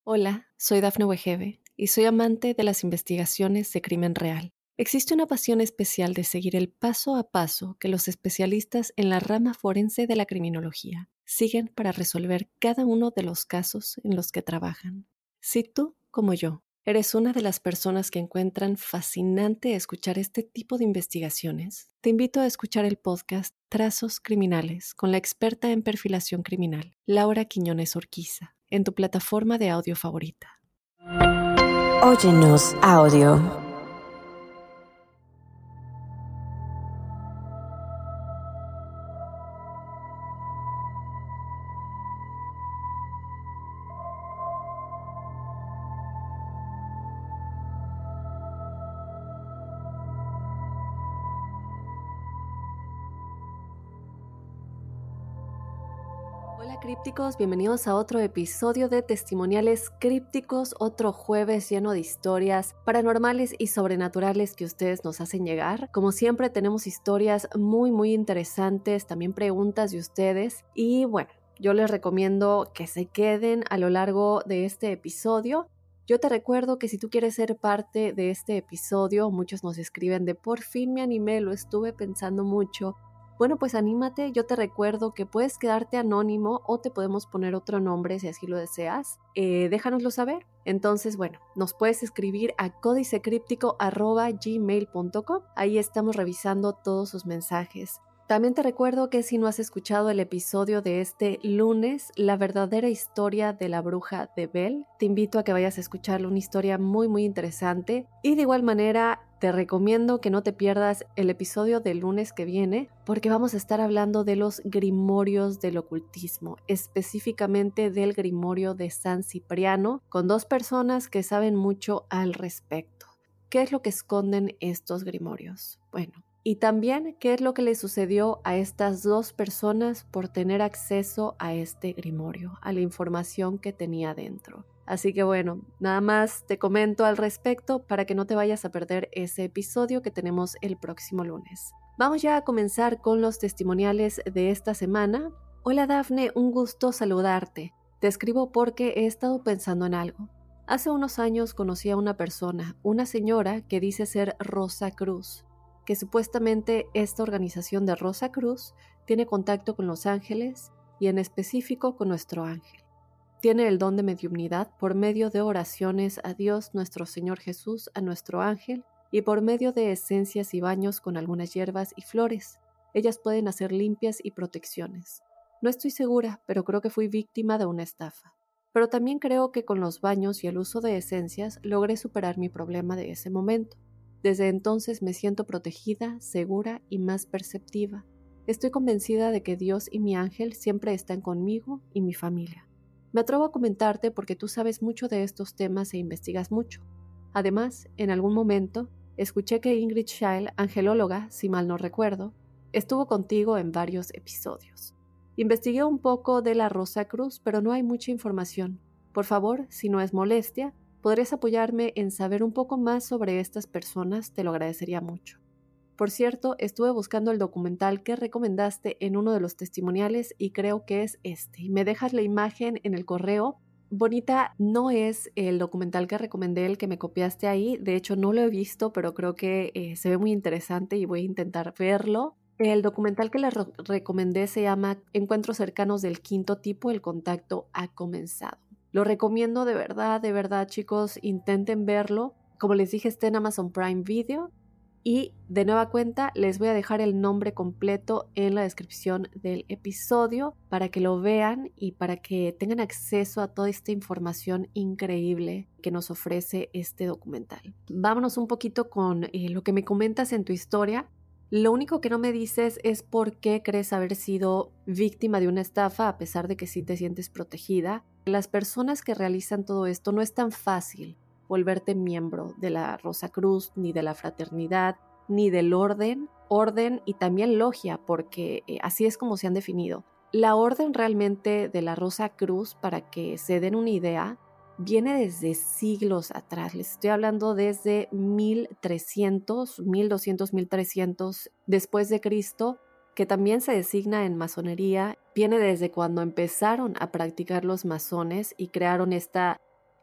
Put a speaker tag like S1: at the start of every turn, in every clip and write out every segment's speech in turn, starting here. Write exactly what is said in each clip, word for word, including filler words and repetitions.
S1: Hola, soy Dafne Wegebe y soy amante de las investigaciones de crimen real. Existe una pasión especial de seguir el paso a paso que los especialistas en la rama forense de la criminología siguen para resolver cada uno de los casos en los que trabajan. Si tú, como yo, eres una de las personas que encuentran fascinante escuchar este tipo de investigaciones, te invito a escuchar el podcast Trazos Criminales con la experta en perfilación criminal, Laura Quiñones Orquiza, en tu plataforma de audio favorita.
S2: Óyenos audio.
S1: Hola crípticos, bienvenidos a otro episodio de Testimoniales Crípticos, otro jueves lleno de historias paranormales y sobrenaturales que ustedes nos hacen llegar. Como siempre tenemos historias muy muy interesantes, también preguntas de ustedes y bueno, yo les recomiendo que se queden a lo largo de este episodio. Yo te recuerdo que si tú quieres ser parte de este episodio, muchos nos escriben de por fin me animé, lo estuve pensando mucho. Bueno, pues anímate, yo te recuerdo que puedes quedarte anónimo o te podemos poner otro nombre si así lo deseas. Eh, déjanoslo saber. Entonces, bueno, nos puedes escribir a códicecríptico arroba gmail punto com. Ahí estamos revisando todos sus mensajes. También te recuerdo que si no has escuchado el episodio de este lunes, la verdadera historia de la bruja de Bell, te invito a que vayas a escucharlo, una historia muy muy interesante. Y de igual manera, te recomiendo que no te pierdas el episodio del lunes que viene, porque vamos a estar hablando de los grimorios del ocultismo, específicamente del grimorio de San Cipriano, con dos personas que saben mucho al respecto. ¿Qué es lo que esconden estos grimorios? Bueno, y también qué es lo que le sucedió a estas dos personas por tener acceso a este grimorio, a la información que tenía dentro. Así que bueno, nada más te comento al respecto para que no te vayas a perder ese episodio que tenemos el próximo lunes. Vamos ya a comenzar con los testimoniales de esta semana. Hola Dafne, un gusto saludarte. Te escribo porque he estado pensando en algo. Hace unos años conocí a una persona, una señora que dice ser Rosa Cruz, que supuestamente esta organización de Rosa Cruz tiene contacto con los ángeles y en específico con nuestro ángel. Tiene el don de mediumnidad por medio de oraciones a Dios nuestro Señor Jesús, a nuestro ángel, y por medio de esencias y baños con algunas hierbas y flores. Ellas pueden hacer limpias y protecciones. No estoy segura, pero creo que fui víctima de una estafa. Pero también creo que con los baños y el uso de esencias logré superar mi problema de ese momento. Desde entonces me siento protegida, segura y más perceptiva. Estoy convencida de que Dios y mi ángel siempre están conmigo y mi familia. Me atrevo a comentarte porque tú sabes mucho de estos temas e investigas mucho. Además, en algún momento, escuché que Ingrid Scheil, angelóloga, si mal no recuerdo, estuvo contigo en varios episodios. Investigué un poco de la Rosa Cruz, pero no hay mucha información. Por favor, si no es molestia, ¿podrías apoyarme en saber un poco más sobre estas personas? Te lo agradecería mucho. Por cierto, estuve buscando el documental que recomendaste en uno de los testimoniales y creo que es este. Me dejas la imagen en el correo. Bonita, no es el documental que recomendé, el que me copiaste ahí. De hecho, no lo he visto, pero creo que eh, se ve muy interesante y voy a intentar verlo. El documental que les re- recomendé se llama Encuentros cercanos del quinto tipo, el contacto ha comenzado. Lo recomiendo de verdad, de verdad, chicos, intenten verlo. Como les dije, está en Amazon Prime Video. Y de nueva cuenta les voy a dejar el nombre completo en la descripción del episodio para que lo vean y para que tengan acceso a toda esta información increíble que nos ofrece este documental. Vámonos un poquito con eh, lo que me comentas en tu historia. Lo único que no me dices es por qué crees haber sido víctima de una estafa a pesar de que sí te sientes protegida. Las personas que realizan todo esto no es tan fácil volverte miembro de la Rosa Cruz, ni de la fraternidad, ni del orden, orden y también logia, porque eh, así es como se han definido. La orden realmente de la Rosa Cruz, para que se den una idea, viene desde siglos atrás. Les estoy hablando desde mil trescientos, mil doscientos, mil trescientos después de Cristo, que también se designa en masonería. Viene desde cuando empezaron a practicar los masones y crearon esta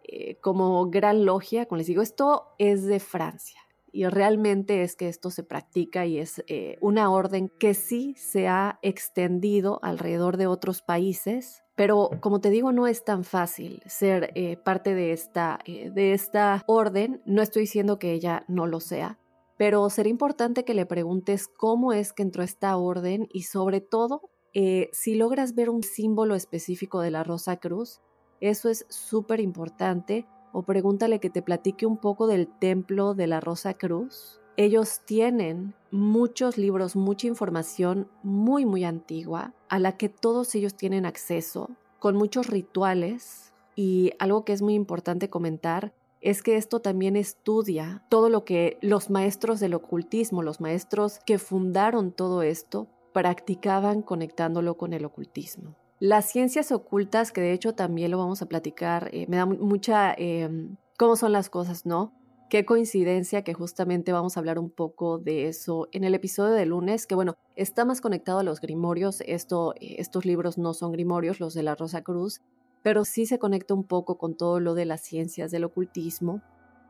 S1: eh, como gran logia, como les digo, esto es de Francia. Y realmente es que esto se practica y es eh, una orden que sí se ha extendido alrededor de otros países, pero como te digo, no es tan fácil ser eh, parte de esta, eh, de esta orden. No estoy diciendo que ella no lo sea, pero sería importante que le preguntes cómo es que entró esta orden y sobre todo, eh, si logras ver un símbolo específico de la Rosa Cruz, eso es súper importante. O pregúntale que te platique un poco del templo de la Rosa Cruz. Ellos tienen muchos libros, mucha información muy, muy antigua a la que todos ellos tienen acceso, con muchos rituales. Y algo que es muy importante comentar es que esto también estudia todo lo que los maestros del ocultismo, los maestros que fundaron todo esto, practicaban conectándolo con el ocultismo. Las ciencias ocultas, que de hecho también lo vamos a platicar, eh, me da mucha... Eh, ¿Cómo son las cosas, no? Qué coincidencia que justamente vamos a hablar un poco de eso en el episodio de lunes, que bueno, está más conectado a los grimorios. Esto, eh, estos libros no son grimorios, los de la Rosa Cruz, pero sí se conecta un poco con todo lo de las ciencias del ocultismo.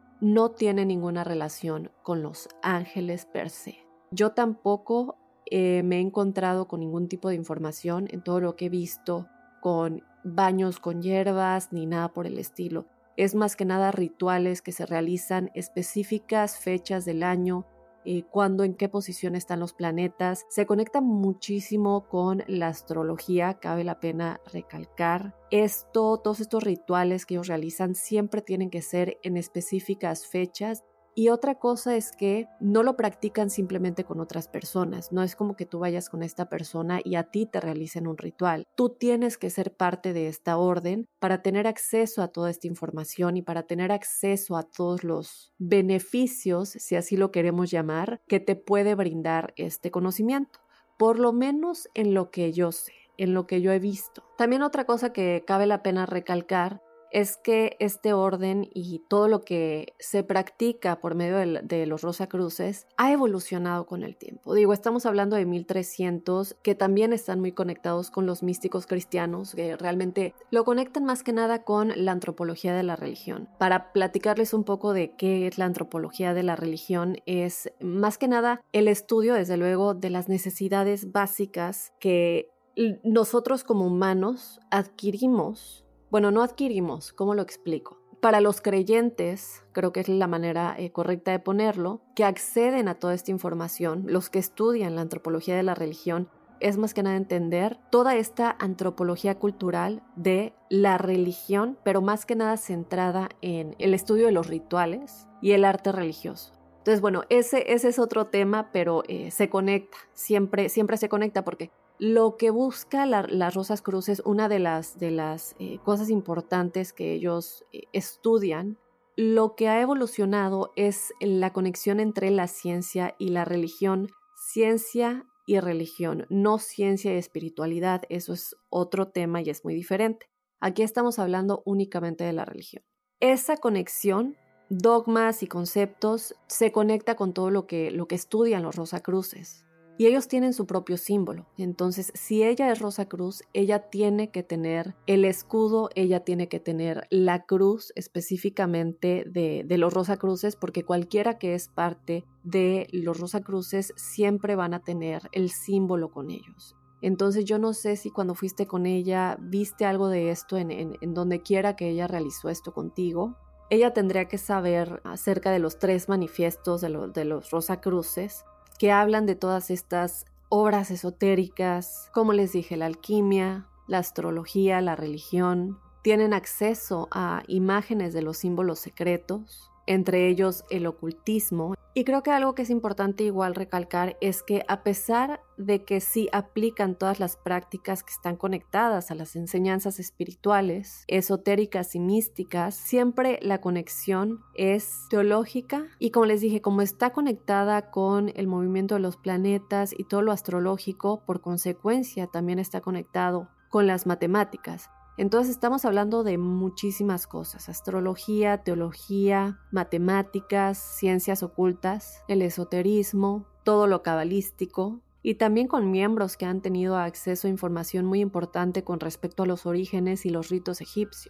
S1: No tiene ninguna relación con los ángeles per se. Yo tampoco... Eh, me he encontrado con ningún tipo de información en todo lo que he visto con baños con hierbas ni nada por el estilo. Es más que nada rituales que se realizan específicas fechas del año, eh, cuándo, en qué posición están los planetas. Se conecta muchísimo con la astrología, cabe la pena recalcar. Esto, todos estos rituales que ellos realizan siempre tienen que ser en específicas fechas. Y otra cosa es que no lo practican simplemente con otras personas. No es como que tú vayas con esta persona y a ti te realicen un ritual. Tú tienes que ser parte de esta orden para tener acceso a toda esta información y para tener acceso a todos los beneficios, si así lo queremos llamar, que te puede brindar este conocimiento. Por lo menos en lo que yo sé, en lo que yo he visto. También otra cosa que cabe la pena recalcar es que este orden y todo lo que se practica por medio de, de los Rosacruces ha evolucionado con el tiempo. Digo, estamos hablando de mil trescientos, que también están muy conectados con los místicos cristianos, que realmente lo conectan más que nada con la antropología de la religión. Para platicarles un poco de qué es la antropología de la religión, es más que nada el estudio, desde luego, de las necesidades básicas que nosotros como humanos adquirimos. Bueno, no adquirimos, ¿cómo lo explico? Para los creyentes, creo que es la manera eh, correcta de ponerlo, que acceden a toda esta información, los que estudian la antropología de la religión, es más que nada entender toda esta antropología cultural de la religión, pero más que nada centrada en el estudio de los rituales y el arte religioso. Entonces, bueno, ese, ese es otro tema, pero eh, se conecta, siempre, siempre se conecta porque lo que busca la, las Rosas Cruces, una de las, de las eh, cosas importantes que ellos eh, estudian, lo que ha evolucionado es la conexión entre la ciencia y la religión, ciencia y religión, no ciencia y espiritualidad. Eso es otro tema y es muy diferente. Aquí estamos hablando únicamente de la religión. Esa conexión, dogmas y conceptos, se conecta con todo lo que, lo que estudian los Rosacruces. Y ellos tienen su propio símbolo. Entonces, si ella es Rosa Cruz, ella tiene que tener el escudo, ella tiene que tener la cruz específicamente de, de los Rosacruces, porque cualquiera que es parte de los Rosacruces siempre van a tener el símbolo con ellos. Entonces, yo no sé si cuando fuiste con ella viste algo de esto en, en, en donde quiera que ella realizó esto contigo. Ella tendría que saber acerca de los tres manifiestos de, lo, de los Rosacruces, que hablan de todas estas obras esotéricas, como les dije, la alquimia, la astrología, la religión. Tienen acceso a imágenes de los símbolos secretos, entre ellos el ocultismo. Y creo que algo que es importante igual recalcar es que a pesar de que sí aplican todas las prácticas que están conectadas a las enseñanzas espirituales, esotéricas y místicas, siempre la conexión es teológica y, como les dije, como está conectada con el movimiento de los planetas y todo lo astrológico, por consecuencia también está conectado con las matemáticas. Entonces estamos hablando de muchísimas cosas: astrología, teología, matemáticas, ciencias ocultas, el esoterismo, todo lo cabalístico, y también con miembros que han tenido acceso a información muy importante con respecto a los orígenes y los ritos egipcios.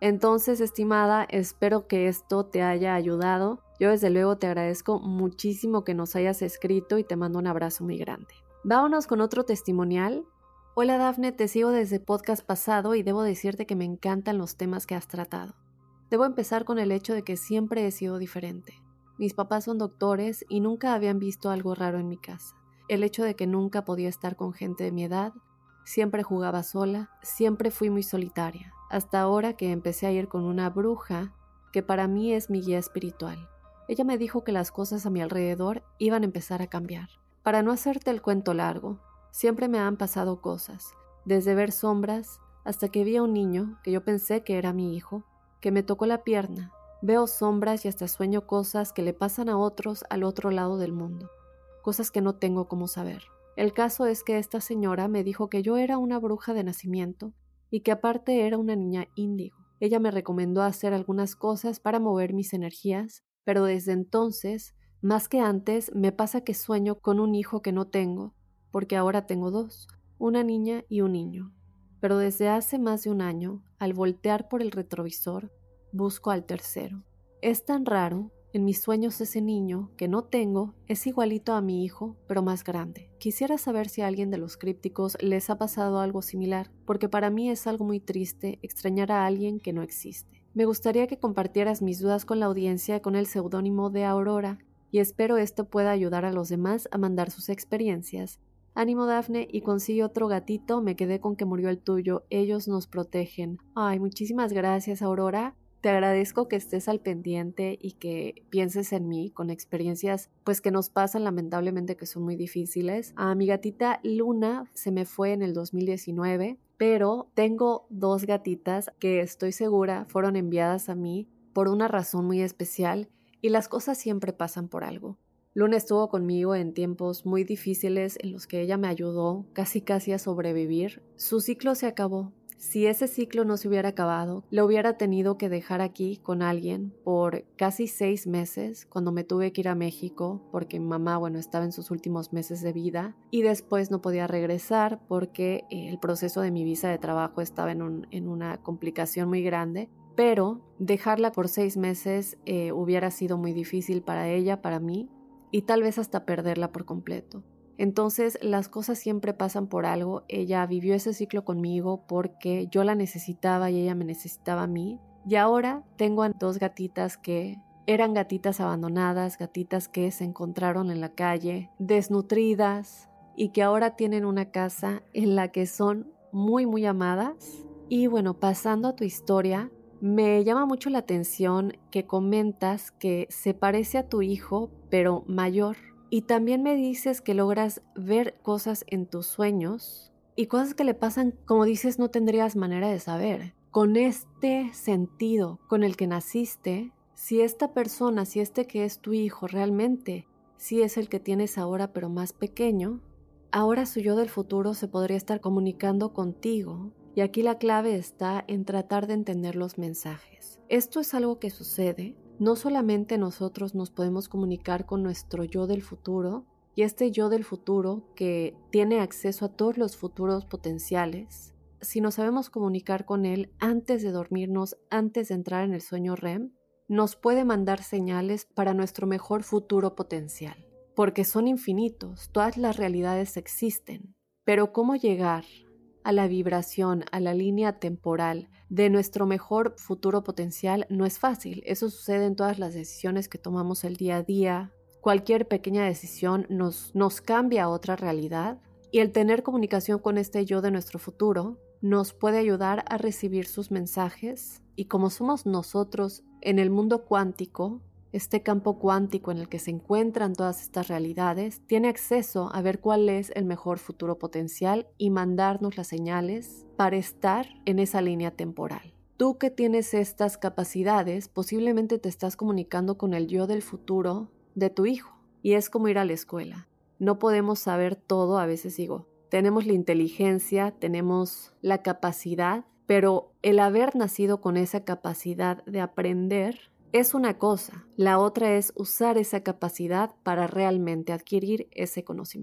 S1: Entonces, estimada, espero que esto te haya ayudado. Yo desde luego te agradezco muchísimo que nos hayas escrito y te mando un abrazo muy grande. Vámonos con otro testimonial. Hola Dafne, te sigo desde podcast pasado y debo decirte que me encantan los temas que has tratado. Debo empezar con el hecho de que siempre he sido diferente. Mis papás son doctores y nunca habían visto algo raro en mi casa. El hecho de que nunca podía estar con gente de mi edad, siempre jugaba sola, siempre fui muy solitaria, hasta ahora que empecé a ir con una bruja que para mí es mi guía espiritual. Ella me dijo que las cosas a mi alrededor iban a empezar a cambiar. Para no hacerte el cuento largo, siempre me han pasado cosas, desde ver sombras hasta que vi a un niño que yo pensé que era mi hijo, que me tocó la pierna. Veo sombras y hasta sueño cosas que le pasan a otros al otro lado del mundo, cosas que no tengo cómo saber. El caso es que esta señora me dijo que yo era una bruja de nacimiento y que aparte era una niña índigo. Ella me recomendó hacer algunas cosas para mover mis energías, pero desde entonces, más que antes, me pasa que sueño con un hijo que no tengo, porque ahora tengo dos, una niña y un niño. Pero desde hace más de un año, al voltear por el retrovisor, busco al tercero. Es tan raro, en mis sueños ese niño, que no tengo, es igualito a mi hijo, pero más grande. Quisiera saber si a alguien de los crípticos les ha pasado algo similar, porque para mí es algo muy triste extrañar a alguien que no existe. Me gustaría que compartieras mis dudas con la audiencia con el seudónimo de Aurora, y espero esto pueda ayudar a los demás a mandar sus experiencias. Ánimo Dafne, y consigue otro gatito, me quedé con que murió el tuyo, ellos nos protegen. Ay, muchísimas gracias Aurora. Te agradezco que estés al pendiente y que pienses en mí con experiencias pues que nos pasan lamentablemente que son muy difíciles. A mi gatita Luna se me fue en el dos mil diecinueve, pero tengo dos gatitas que estoy segura fueron enviadas a mí por una razón muy especial y las cosas siempre pasan por algo. Luna estuvo conmigo en tiempos muy difíciles en los que ella me ayudó casi casi a sobrevivir. Su ciclo se acabó. Si ese ciclo no se hubiera acabado, lo hubiera tenido que dejar aquí con alguien por casi seis meses cuando me tuve que ir a México porque mi mamá, bueno, estaba en sus últimos meses de vida y después no podía regresar porque el proceso de mi visa de trabajo estaba en, un, en una complicación muy grande. Pero dejarla por seis meses eh, hubiera sido muy difícil para ella, para mí y tal vez hasta perderla por completo. Entonces las cosas siempre pasan por algo. Ella vivió ese ciclo conmigo porque yo la necesitaba y ella me necesitaba a mí. Y ahora tengo a dos gatitas que eran gatitas abandonadas, gatitas que se encontraron en la calle, desnutridas y que ahora tienen una casa en la que son muy muy amadas. Y bueno, pasando a tu historia, me llama mucho la atención que comentas que se parece a tu hijo pero mayor. Y también me dices que logras ver cosas en tus sueños y cosas que le pasan, como dices, no tendrías manera de saber. Con este sentido con el que naciste, si esta persona, si este que es tu hijo realmente, si es el que tienes ahora pero más pequeño, ahora su yo del futuro se podría estar comunicando contigo. Y aquí la clave está en tratar de entender los mensajes. Esto es algo que sucede. No solamente nosotros nos podemos comunicar con nuestro yo del futuro, y este yo del futuro que tiene acceso a todos los futuros potenciales, si nos sabemos comunicar con él antes de dormirnos, antes de entrar en el sueño R E M, nos puede mandar señales para nuestro mejor futuro potencial, porque son infinitos, todas las realidades existen, pero ¿cómo llegar a la vibración, a la línea temporal de nuestro mejor futuro potencial? No es fácil. Eso sucede en todas las decisiones que tomamos el día a día. Cualquier pequeña decisión nos, nos cambia a otra realidad, y el tener comunicación con este yo de nuestro futuro nos puede ayudar a recibir sus mensajes, y como somos nosotros en el mundo cuántico, este campo cuántico en el que se encuentran todas estas realidades, tiene acceso a ver cuál es el mejor futuro potencial y mandarnos las señales para estar en esa línea temporal. Tú que tienes estas capacidades, posiblemente te estás comunicando con el yo del futuro de tu hijo. Y es como ir a la escuela. No podemos saber todo, a veces digo, tenemos la inteligencia, tenemos la capacidad, pero el haber nacido con esa capacidad de aprender es una cosa, la otra es usar esa capacidad para realmente adquirir ese conocimiento.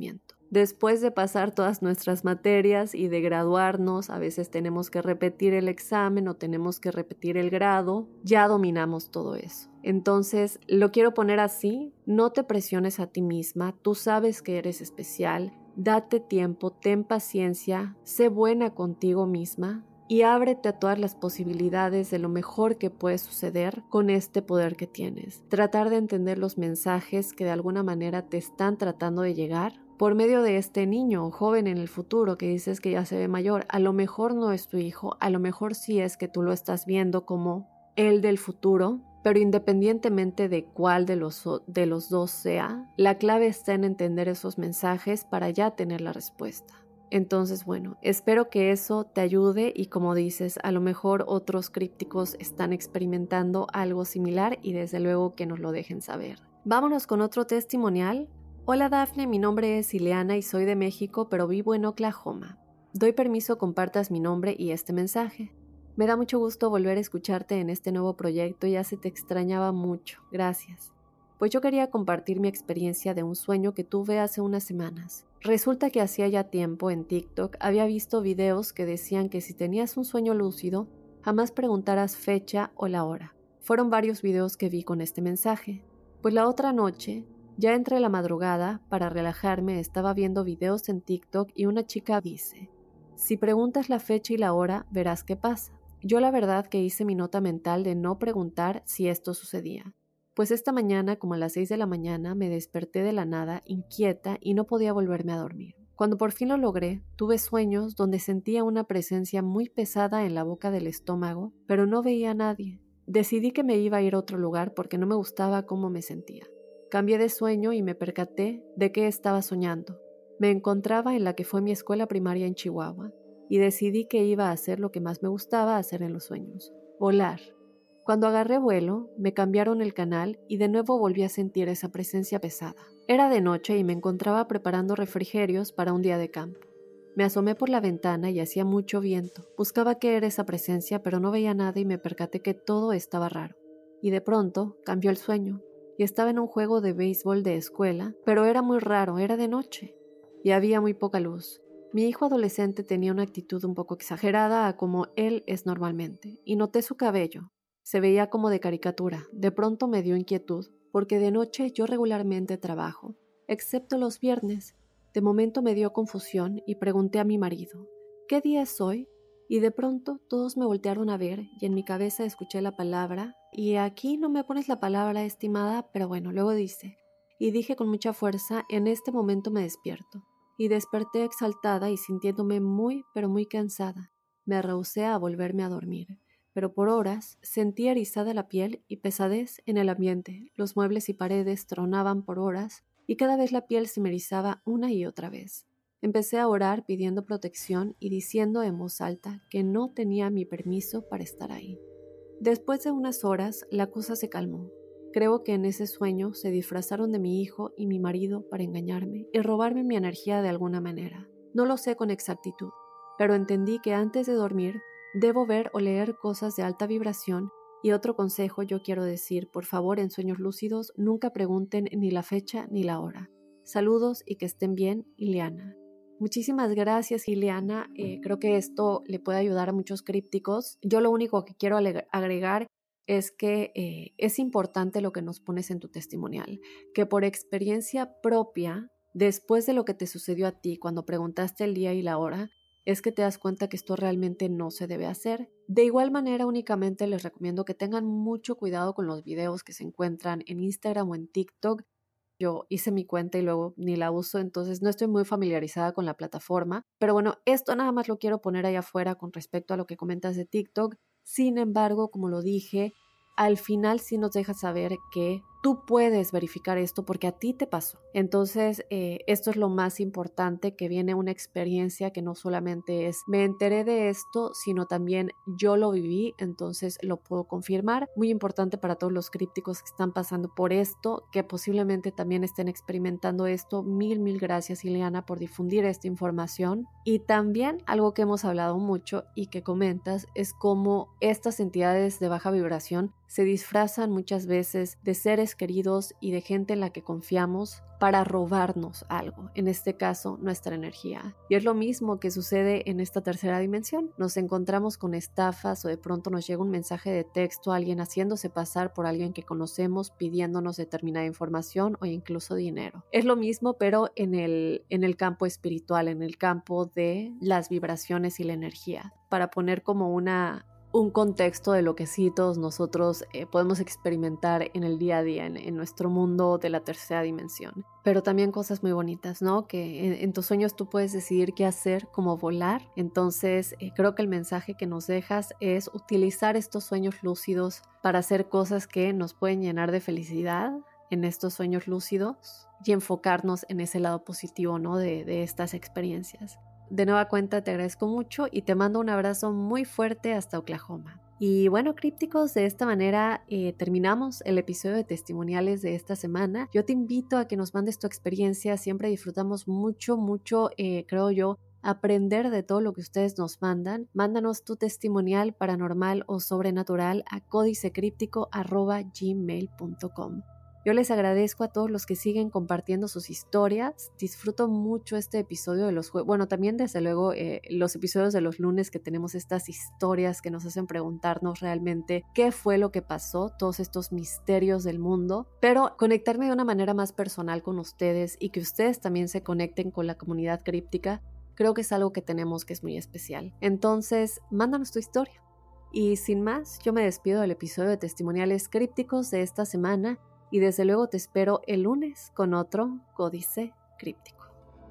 S1: Después de pasar todas nuestras materias y de graduarnos, a veces tenemos que repetir el examen o tenemos que repetir el grado, ya dominamos todo eso. Entonces, lo quiero poner así, no te presiones a ti misma, tú sabes que eres especial, date tiempo, ten paciencia, sé buena contigo misma y ábrete a todas las posibilidades de lo mejor que puede suceder con este poder que tienes. Tratar de entender los mensajes que de alguna manera te están tratando de llegar por medio de este niño o joven en el futuro que dices que ya se ve mayor. A lo mejor no es tu hijo, a lo mejor sí es que tú lo estás viendo como el del futuro, pero independientemente de cuál de los, de los dos sea, la clave está en entender esos mensajes para ya tener la respuesta. Entonces, bueno, espero que eso te ayude y como dices, a lo mejor otros crípticos están experimentando algo similar y desde luego que nos lo dejen saber. Vámonos con otro testimonial. Hola Dafne, mi nombre es Ileana y soy de México, pero vivo en Oklahoma. Doy permiso compartas mi nombre y este mensaje. Me da mucho gusto volver a escucharte en este nuevo proyecto, ya se te extrañaba mucho, gracias. Pues yo quería compartir mi experiencia de un sueño que tuve hace unas semanas. Resulta que hacía ya tiempo en TikTok había visto videos que decían que si tenías un sueño lúcido, jamás preguntaras fecha o la hora. Fueron varios videos que vi con este mensaje. Pues la otra noche, ya entre la madrugada, para relajarme, estaba viendo videos en TikTok y una chica dice, si preguntas la fecha y la hora, verás qué pasa. Yo la verdad que hice mi nota mental de no preguntar si esto sucedía. Pues esta mañana, como a las seis de la mañana, me desperté de la nada, inquieta y no podía volverme a dormir. Cuando por fin lo logré, tuve sueños donde sentía una presencia muy pesada en la boca del estómago, pero no veía a nadie. Decidí que me iba a ir a otro lugar porque no me gustaba cómo me sentía. Cambié de sueño y me percaté de que estaba soñando. Me encontraba en la que fue mi escuela primaria en Chihuahua y decidí que iba a hacer lo que más me gustaba hacer en los sueños, volar. Cuando agarré vuelo, me cambiaron el canal y de nuevo volví a sentir esa presencia pesada. Era de noche y me encontraba preparando refrigerios para un día de campo. Me asomé por la ventana y hacía mucho viento. Buscaba qué era esa presencia, pero no veía nada y me percaté que todo estaba raro. Y de pronto cambió el sueño y estaba en un juego de béisbol de escuela, pero era muy raro, era de noche y había muy poca luz. Mi hijo adolescente tenía una actitud un poco exagerada a como él es normalmente y noté su cabello. Se veía como de caricatura. De pronto me dio inquietud, porque de noche yo regularmente trabajo, excepto los viernes. De momento me dio confusión y pregunté a mi marido, ¿qué día es hoy? Y de pronto todos me voltearon a ver y en mi cabeza escuché la palabra, y aquí no me pones la palabra estimada, pero bueno, luego dice, y dije con mucha fuerza, en este momento me despierto. Y desperté exaltada y sintiéndome muy, pero muy cansada. Me rehusé a volverme a dormir. Pero por horas sentí erizada la piel y pesadez en el ambiente. Los muebles y paredes tronaban por horas y cada vez la piel se me erizaba una y otra vez. Empecé a orar pidiendo protección y diciendo en voz alta que no tenía mi permiso para estar ahí. Después de unas horas, la cosa se calmó. Creo que en ese sueño se disfrazaron de mi hijo y mi marido para engañarme y robarme mi energía de alguna manera. No lo sé con exactitud, pero entendí que antes de dormir debo ver o leer cosas de alta vibración y otro consejo yo quiero decir, por favor en sueños lúcidos nunca pregunten ni la fecha ni la hora. Saludos y que estén bien, Ileana. Muchísimas gracias, Ileana. Eh, creo que esto le puede ayudar a muchos crípticos. Yo lo único que quiero agregar es que eh, es importante lo que nos pones en tu testimonial, que por experiencia propia, después de lo que te sucedió a ti cuando preguntaste el día y la hora, es que te das cuenta que esto realmente no se debe hacer. De igual manera, únicamente les recomiendo que tengan mucho cuidado con los videos que se encuentran en Instagram o en TikTok. Yo hice mi cuenta y luego ni la uso, entonces no estoy muy familiarizada con la plataforma. Pero bueno, esto nada más lo quiero poner ahí afuera con respecto a lo que comentas de TikTok. Sin embargo, como lo dije, al final sí nos deja saber que tú puedes verificar esto porque a ti te pasó. Entonces, eh, esto es lo más importante, que viene una experiencia que no solamente es me enteré de esto, sino también yo lo viví, entonces lo puedo confirmar. Muy importante para todos los crípticos que están pasando por esto, que posiblemente también estén experimentando esto. Mil, mil gracias, Ileana, por difundir esta información. Y también algo que hemos hablado mucho y que comentas es cómo estas entidades de baja vibración se disfrazan muchas veces de seres queridos y de gente en la que confiamos para robarnos algo, en este caso nuestra energía. Y es lo mismo que sucede en esta tercera dimensión. Nos encontramos con estafas o de pronto nos llega un mensaje de texto, alguien haciéndose pasar por alguien que conocemos, pidiéndonos determinada información o incluso dinero. Es lo mismo pero en el, en el campo espiritual, en el campo de las vibraciones y la energía, para poner como una... un contexto de lo que sí todos nosotros eh, podemos experimentar en el día a día, en, en nuestro mundo de la tercera dimensión. Pero también cosas muy bonitas, ¿no? Que en, en tus sueños tú puedes decidir qué hacer, como volar. Entonces eh, creo que el mensaje que nos dejas es utilizar estos sueños lúcidos para hacer cosas que nos pueden llenar de felicidad en estos sueños lúcidos y enfocarnos en ese lado positivo, ¿no? De, de estas experiencias. De nueva cuenta te agradezco mucho y te mando un abrazo muy fuerte hasta Oklahoma. Y bueno, crípticos, de esta manera eh, terminamos el episodio de testimoniales de esta semana. Yo te invito a que nos mandes tu experiencia, siempre disfrutamos mucho, mucho, eh, creo yo, aprender de todo lo que ustedes nos mandan. Mándanos tu testimonial paranormal o sobrenatural a códicecríptico arroba gmail punto com. Yo les agradezco a todos los que siguen compartiendo sus historias. Disfruto mucho este episodio de los jueves. Bueno, también desde luego eh, los episodios de los lunes que tenemos estas historias que nos hacen preguntarnos realmente qué fue lo que pasó, todos estos misterios del mundo. Pero conectarme de una manera más personal con ustedes y que ustedes también se conecten con la comunidad críptica, creo que es algo que tenemos que es muy especial. Entonces, mándanos tu historia. Y sin más, yo me despido del episodio de testimoniales crípticos de esta semana. Y desde luego te espero el lunes con otro Códice Críptico.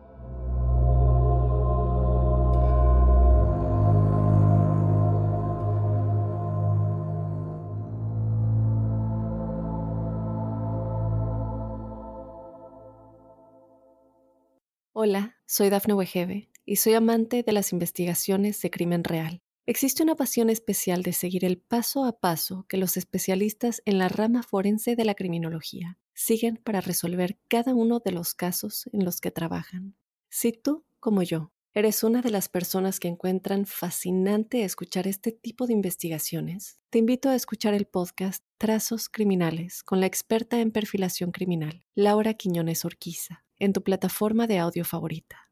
S1: Hola, soy Dafne Wegebe y soy amante de las investigaciones de crimen real. Existe una pasión especial de seguir el paso a paso que los especialistas en la rama forense de la criminología siguen para resolver cada uno de los casos en los que trabajan. Si tú, como yo, eres una de las personas que encuentran fascinante escuchar este tipo de investigaciones, te invito a escuchar el podcast Trazos Criminales con la experta en perfilación criminal, Laura Quiñones Orquiza, en tu plataforma de audio favorita.